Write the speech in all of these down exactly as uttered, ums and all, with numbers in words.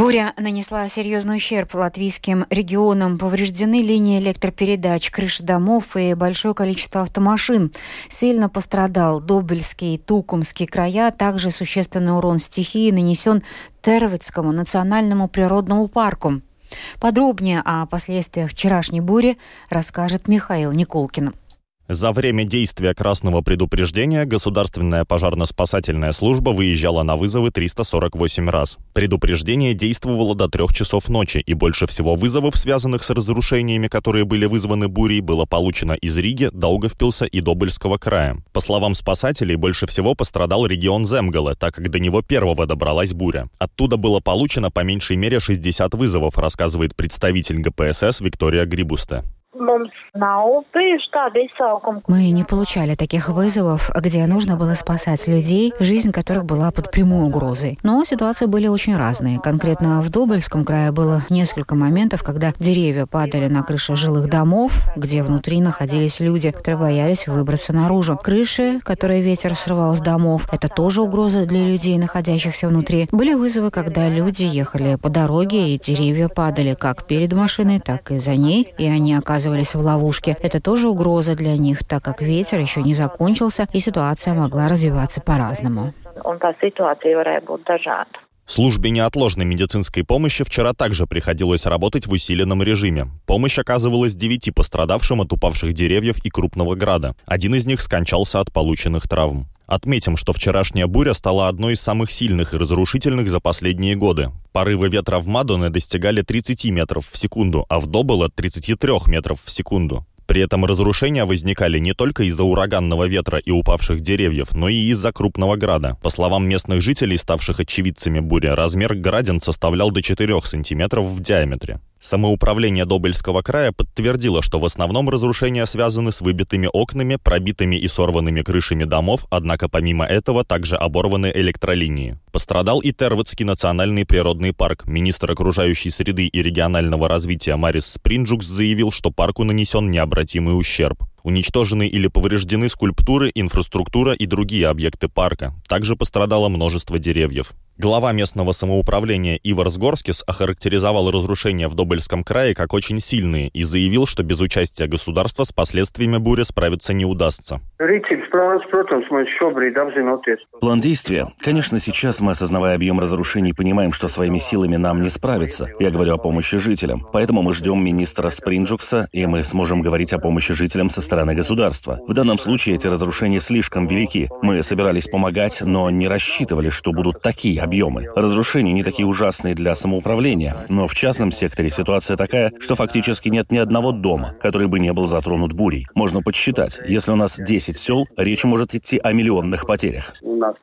Буря нанесла серьезный ущерб латвийским регионам. Повреждены линии электропередач, крыши домов и большое количество автомашин. Сильно пострадал Добельский и Тукумский края. Также существенный урон стихии нанесен Тервецкому национальному природному парку. Подробнее о последствиях вчерашней бури расскажет Михаил Никулкин. За время действия красного предупреждения Государственная пожарно-спасательная служба выезжала на вызовы триста сорок восемь раз. Предупреждение действовало до трех часов ночи, и больше всего вызовов, связанных с разрушениями, которые были вызваны бурей, было получено из Риги, Даугавпилса и Добельского края. По словам спасателей, больше всего пострадал регион Земгале, так как до него первого добралась буря. Оттуда было получено по меньшей мере шестьдесят вызовов, рассказывает представитель ГПСС Виктория Грибусте. Мы не получали таких вызовов, где нужно было спасать людей, жизнь которых была под прямой угрозой. Но ситуации были очень разные. Конкретно в Добельском крае было несколько моментов, когда деревья падали на крыши жилых домов, где внутри находились люди, которые боялись выбраться наружу. Крыши, которые ветер срывал с домов, это тоже угроза для людей, находящихся внутри. Были вызовы, когда люди ехали по дороге, и деревья падали как перед машиной, так и за ней, и они оказывались в ловушке. Это тоже угроза для них, так как ветер еще не закончился, и ситуация могла развиваться по-разному. Службе неотложной медицинской помощи вчера также приходилось работать в усиленном режиме. Помощь оказывалась девяти пострадавшим от упавших деревьев и крупного града. Один из них скончался от полученных травм. Отметим, что вчерашняя буря стала одной из самых сильных и разрушительных за последние годы. Порывы ветра в Мадоне достигали тридцати метров в секунду, а в Добеле – тридцати трёх метров в секунду. При этом разрушения возникали не только из-за ураганного ветра и упавших деревьев, но и из-за крупного града. По словам местных жителей, ставших очевидцами бури, размер градин составлял до четырёх сантиметров в диаметре. Самоуправление Добельского края подтвердило, что в основном разрушения связаны с выбитыми окнами, пробитыми и сорванными крышами домов, однако помимо этого также оборваны электролинии. Пострадал и Тервецкий национальный природный парк. Министр окружающей среды и регионального развития Марис Спринджукс заявил, что парку нанесен необратимый ущерб. Уничтожены или повреждены скульптуры, инфраструктура и другие объекты парка. Также пострадало множество деревьев. Глава местного самоуправления Ивар Сгорскис охарактеризовал разрушения в Добельском крае как очень сильные и заявил, что без участия государства с последствиями бури справиться не удастся. План действия. Конечно, сейчас мы, осознавая объем разрушений, понимаем, что своими силами нам не справиться. Я говорю о помощи жителям. Поэтому мы ждем министра Спринджукса, и мы сможем говорить о помощи жителям со стороны государства. В данном случае эти разрушения слишком велики. Мы собирались помогать, но не рассчитывали, что будут такие объемы. Разрушения не такие ужасные для самоуправления, но в частном секторе ситуация такая, что фактически нет ни одного дома, который бы не был затронут бурей. Можно подсчитать, если у нас десять сел, речь может идти о миллионных потерях.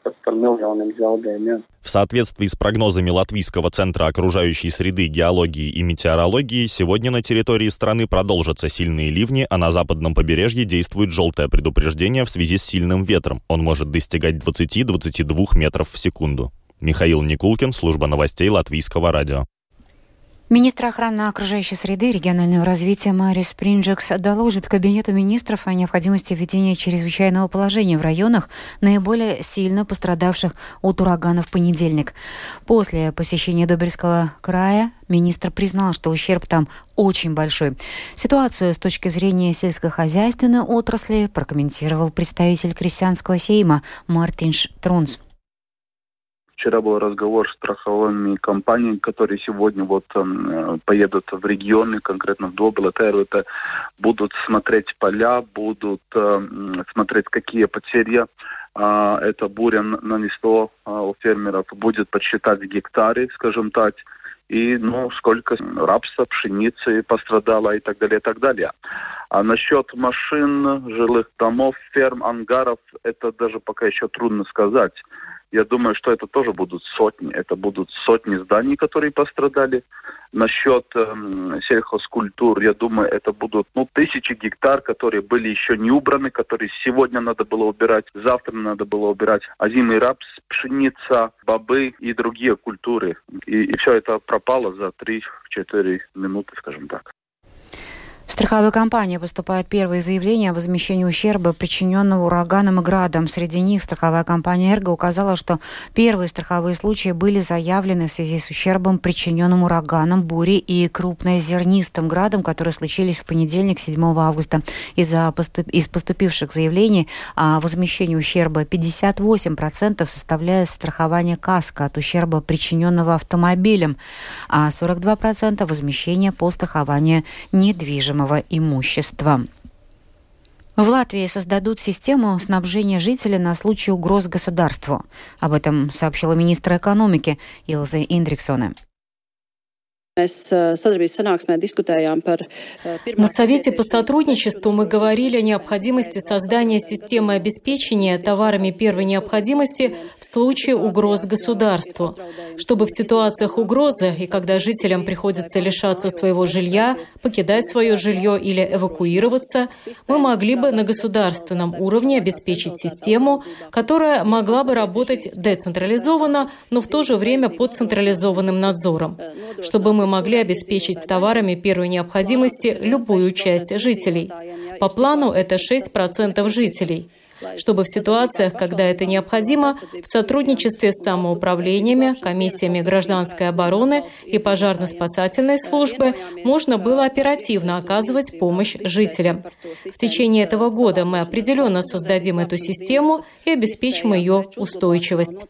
В соответствии с прогнозами Латвийского центра окружающей среды, геологии и метеорологии, сегодня на территории страны продолжатся сильные ливни, а на западном побережье действует желтое предупреждение в связи с сильным ветром. Он может достигать двадцати-двадцати двух метров в секунду. Михаил Никулкин, служба новостей Латвийского радио. Министр охраны окружающей среды и регионального развития Марис Спринджукс доложит Кабинету министров о необходимости введения чрезвычайного положения в районах, наиболее сильно пострадавших от урагана в понедельник. После посещения Добельского края министр признал, что ущерб там очень большой. Ситуацию с точки зрения сельскохозяйственной отрасли прокомментировал представитель крестьянского сейма Мартинш Тронс. Вчера был разговор с страховыми компаниями, которые сегодня вот э, поедут в регионы, конкретно в Добеле, Тервете, будут смотреть поля, будут э, смотреть, какие потери э, эта буря нанесла э, у фермеров, будет подсчитать гектары, скажем так, и ну сколько рапса, пшеницы пострадало и так далее, и так далее. А насчет машин, жилых домов, ферм, ангаров, это даже пока еще трудно сказать. Я думаю, что это тоже будут сотни. Это будут сотни зданий, которые пострадали. Насчет э, сельхозкультур, я думаю, это будут ну, тысячи гектар, которые были еще не убраны, которые сегодня надо было убирать, завтра надо было убирать. Озимый рапс, пшеница, бобы и другие культуры. И, и все это пропало за три-четыре минуты, скажем так. В страховые компании поступают первые заявления о возмещении ущерба, причиненного ураганом и градом. Среди них страховая компания «Эрго» указала, что первые страховые случаи были заявлены в связи с ущербом, причиненным ураганом, бурей и крупнозернистым градом, которые случились в понедельник, седьмого августа. Из-за поступ... из поступивших заявлений о возмещении ущерба пятьдесят восемь процентов составляет страхование каско от ущерба, причиненного автомобилем, а сорок два процента возмещение по страхованию недвижимости имущества. В Латвии создадут систему снабжения жителей на случай угроз государству. Об этом сообщила министр экономики Илза Индриксоне. На Совете по сотрудничеству мы говорили о необходимости создания системы обеспечения товарами первой необходимости в случае угроз государству, чтобы в ситуациях угрозы и когда жителям приходится лишаться своего жилья, покидать свое жилье или эвакуироваться, мы могли бы на государственном уровне обеспечить систему, которая могла бы работать децентрализованно, но в то же время под централизованным надзором, чтобы мы могли обеспечить товарами первой необходимости любую часть жителей. По плану это шесть процентов жителей. Чтобы в ситуациях, когда это необходимо, в сотрудничестве с самоуправлениями, комиссиями гражданской обороны и пожарно-спасательной службы можно было оперативно оказывать помощь жителям. В течение этого года мы определенно создадим эту систему и обеспечим ее устойчивость.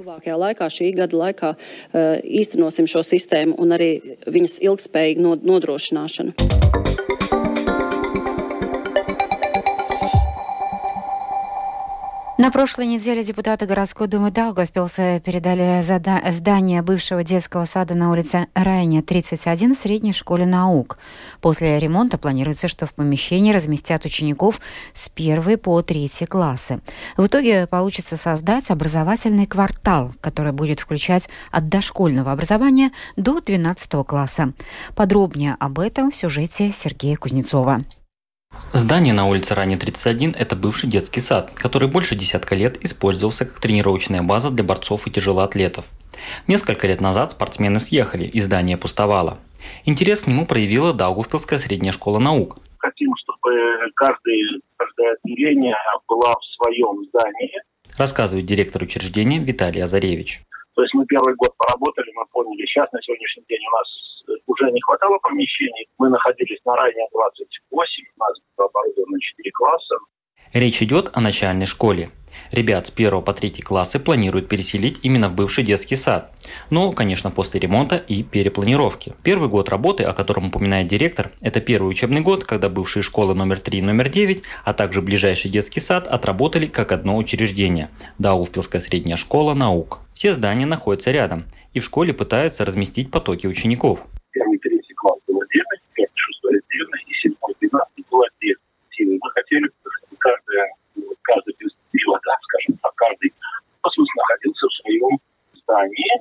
На прошлой неделе депутаты городской думы Даугавпилса передали зада- здание бывшего детского сада на улице Райне, тридцать один, средней школе наук. После ремонта планируется, что в помещении разместят учеников с первой по третий классы. В итоге получится создать образовательный квартал, который будет включать от дошкольного образования до двенадцатого класса. Подробнее об этом в сюжете Сергея Кузнецова. Здание на улице Райне, тридцать один – это бывший детский сад, который больше десятка лет использовался как тренировочная база для борцов и тяжелоатлетов. Несколько лет назад спортсмены съехали, и здание пустовало. Интерес к нему проявила Даугавпилская средняя школа наук. Хотим, чтобы каждый, каждое отделение было в своем здании. Рассказывает директор учреждения Виталий Азаревич. То есть мы первый год поработали, мы поняли, сейчас на сегодняшний день у нас уже не хватало помещений. Мы находились на Райне двадцать восемь, у нас было оборудовано четыре класса. Речь идет о начальной школе. Ребят с первого по третий классы планируют переселить именно в бывший детский сад. Но, конечно, после ремонта и перепланировки. Первый год работы, о котором упоминает директор, это первый учебный год, когда бывшие школы номер три и номер девять, а также ближайший детский сад отработали как одно учреждение – Даугавпилская средняя школа наук. Все здания находятся рядом, и в школе пытаются разместить потоки учеников. Первый третий класс был отдельно, пятый, шестой отдельно, и седьмой, двенадцатый был отдельно. Мы хотели, чтобы каждая, каждая перспектива, да, скажем так, каждый космос находился в своем здании.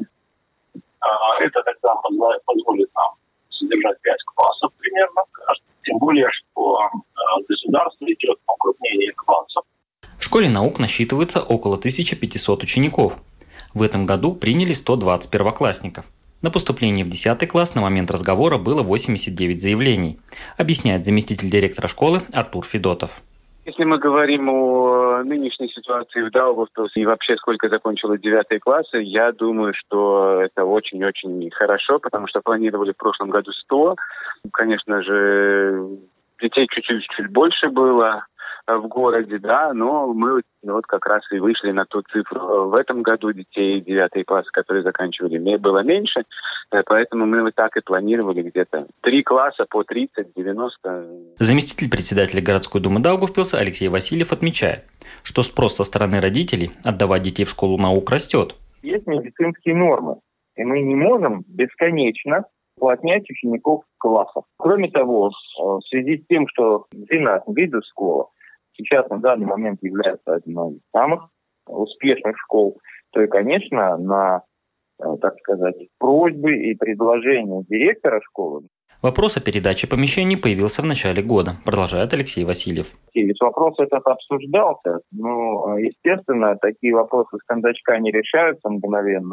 Это тогда позволит нам содержать пять классов примерно. Тем более, что государство идет на укрупнение классов. В школе наук насчитывается около тысячи пятисот учеников. В этом году приняли сто двадцать первоклассников. На поступление в десятый класс на момент разговора было восемьдесят девять заявлений, объясняет заместитель директора школы Артур Федотов. Если мы говорим о нынешней ситуации в Даугавпилсе и вообще сколько закончило девятые классы, я думаю, что это очень-очень хорошо, потому что планировали в прошлом году сто. Конечно же, детей чуть-чуть больше было в городе, да, но мы вот как раз и вышли на ту цифру. В этом году детей девятый класс, которые заканчивали, было меньше, поэтому мы вот так и планировали где-то три класса по тридцать-девяносто. Заместитель председателя городской думы Даугавпилса Алексей Васильев отмечает, что спрос со стороны родителей отдавать детей в школу наук растет. Есть медицинские нормы, и мы не можем бесконечно уплотнять учеников в классах. Кроме того, в связи с тем, что двенадцать видов школы сейчас на данный момент является одной из самых успешных школ, то и, конечно, на, так сказать, просьбы и предложения директора школы. Вопрос о передаче помещений появился в начале года, продолжает Алексей Васильев. Ведь вопрос этот обсуждался. Ну, естественно, такие вопросы с кондачка не решаются мгновенно.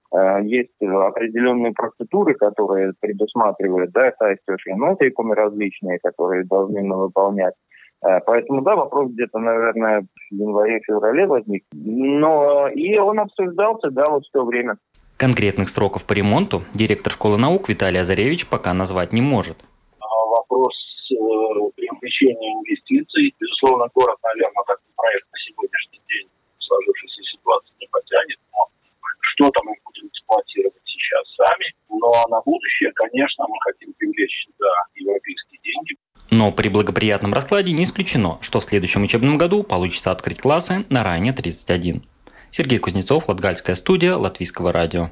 Есть определенные процедуры, которые предусматривают, да, saistījošie noteikumi различные, которые должны выполнять. Поэтому, да, вопрос где-то, наверное, в январе-феврале возник. Но и он обсуждался, да, вот в то время. Конкретных сроков по ремонту директор школы наук Виталий Азаревич пока назвать не может. Вопрос привлечения инвестиций. Безусловно, город, наверное, такой проект на сегодняшний день в сложившейся ситуации не потянет. Но что-то мы будем эксплуатировать сейчас сами. Но на будущее, конечно, мы хотим привлечь сюда европейские деньги. Но при благоприятном раскладе не исключено, что в следующем учебном году получится открыть классы на Райне тридцать один. Сергей Кузнецов, Латгальская студия, Латвийского радио.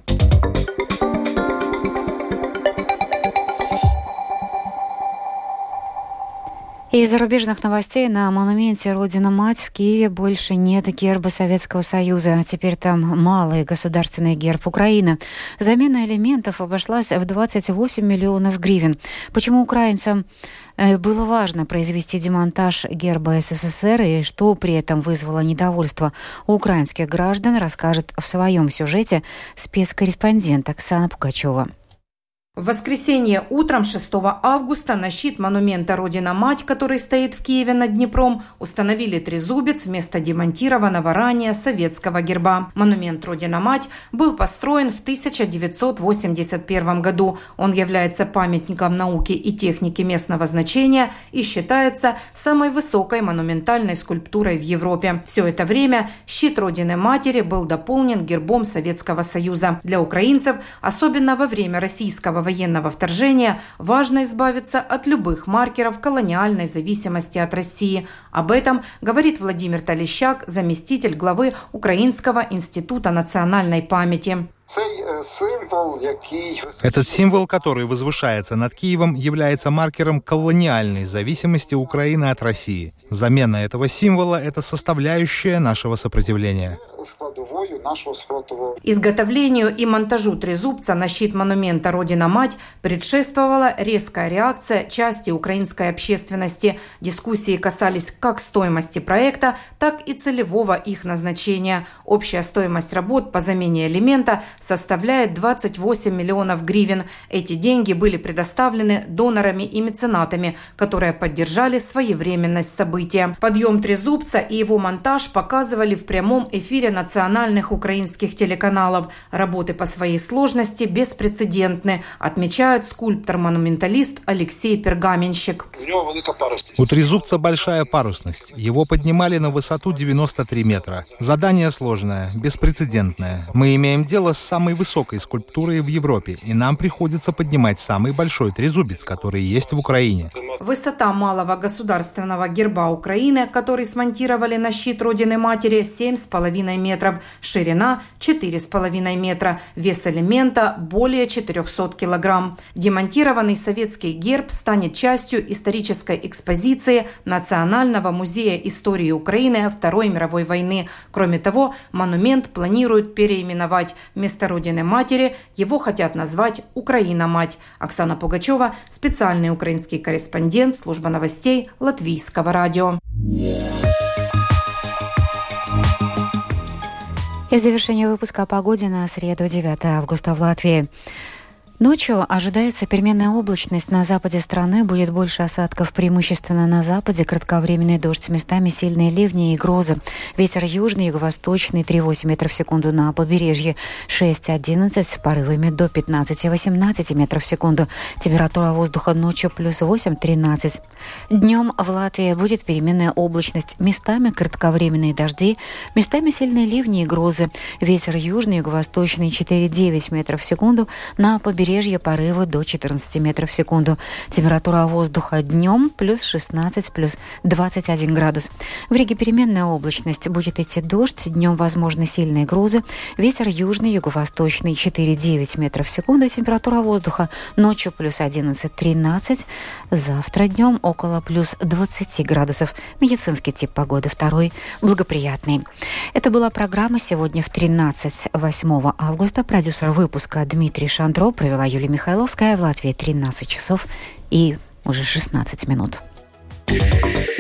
Из зарубежных новостей: на монументе «Родина-Мать» в Киеве больше нет герба Советского Союза. Теперь там малый государственный герб Украины. Замена элементов обошлась в двадцать восемь миллионов гривен. Почему украинцам было важно произвести демонтаж герба СССР и что при этом вызвало недовольство у украинских граждан, расскажет в своем сюжете спецкорреспондент Оксана Пугачева. В воскресенье утром шестого августа на щит монумента «Родина-Мать», который стоит в Киеве над Днепром, установили трезубец вместо демонтированного ранее советского герба. Монумент «Родина-Мать» был построен в тысяча девятьсот восемьдесят первом году. Он является памятником науки и техники местного значения и считается самой высокой монументальной скульптурой в Европе. Все это время щит Родины-Матери был дополнен гербом Советского Союза. Для украинцев, особенно во время российского военного вторжения, важно избавиться от любых маркеров колониальной зависимости от России. Об этом говорит Владимир Талищак, заместитель главы Украинского института национальной памяти. Этот символ, который возвышается над Киевом, является маркером колониальной зависимости Украины от России. Замена этого символа – это составляющая нашего сопротивления. Изготовлению и монтажу трезубца на щит монумента «Родина-Мать» предшествовала резкая реакция части украинской общественности. Дискуссии касались как стоимости проекта, так и целевого их назначения. Общая стоимость работ по замене элемента составляет двадцать восемь миллионов гривен. Эти деньги были предоставлены донорами и меценатами, которые поддержали своевременность события. Подъем трезубца и его монтаж показывали в прямом эфире национальных украинских телеканалов. Работы по своей сложности беспрецедентны, отмечает скульптор-монументалист Алексей Пергаменщик. У трезубца большая парусность. Его поднимали на высоту девяносто три метра. Задание сложное, беспрецедентное. Мы имеем дело с самой высокой скульптурой в Европе, и нам приходится поднимать самый большой трезубец, который есть в Украине. Высота малого государственного герба Украины, который смонтировали на щит Родины-Матери, семь с половиной метров, ширина четыре с половиной метра, вес элемента более четырехсот килограмм. Демонтированный советский герб станет частью исторической экспозиции Национального музея истории Украины Второй мировой войны. Кроме того, монумент планируют переименовать. Вместо Родины-Матери его хотят назвать «Украина-Мать». Оксана Пугачева, специальный украинский корреспондент, служба новостей Латвийского радио. И в завершение выпуска о погоде на среду, девятого августа в Латвии. Ночью ожидается переменная облачность. На западе страны будет больше осадков, преимущественно на западе. Кратковременный дождь, местами сильные ливни и грозы. Ветер южный, юго-восточный, три целых восемь метров в секунду на побережье, шесть одиннадцать с порывами до пятнадцать-восемнадцать метров в секунду. Температура воздуха ночью плюс восемь тринадцать. Днем в Латвии будет переменная облачность. Местами кратковременные дожди, местами сильные ливни и грозы. Ветер южный, юго-восточный, четыре девять метров в секунду на побережье. Побережье порывы до четырнадцать метров в секунду. Температура воздуха днем плюс шестнадцать, плюс двадцать один градус. В Риге переменная облачность. Будет идти дождь. Днем возможны сильные грозы. Ветер южный, юго-восточный четыре девять метров в секунду. Температура воздуха ночью плюс одиннадцать тринадцать. Завтра днем около плюс двадцать градусов. Медицинский тип погоды второй благоприятный. Это была программа сегодня в тринадцать восьмого августа. Продюсер выпуска Дмитрий Шандро, провела Юлия Михайловская. В Латвии тринадцать часов и уже шестнадцать минут.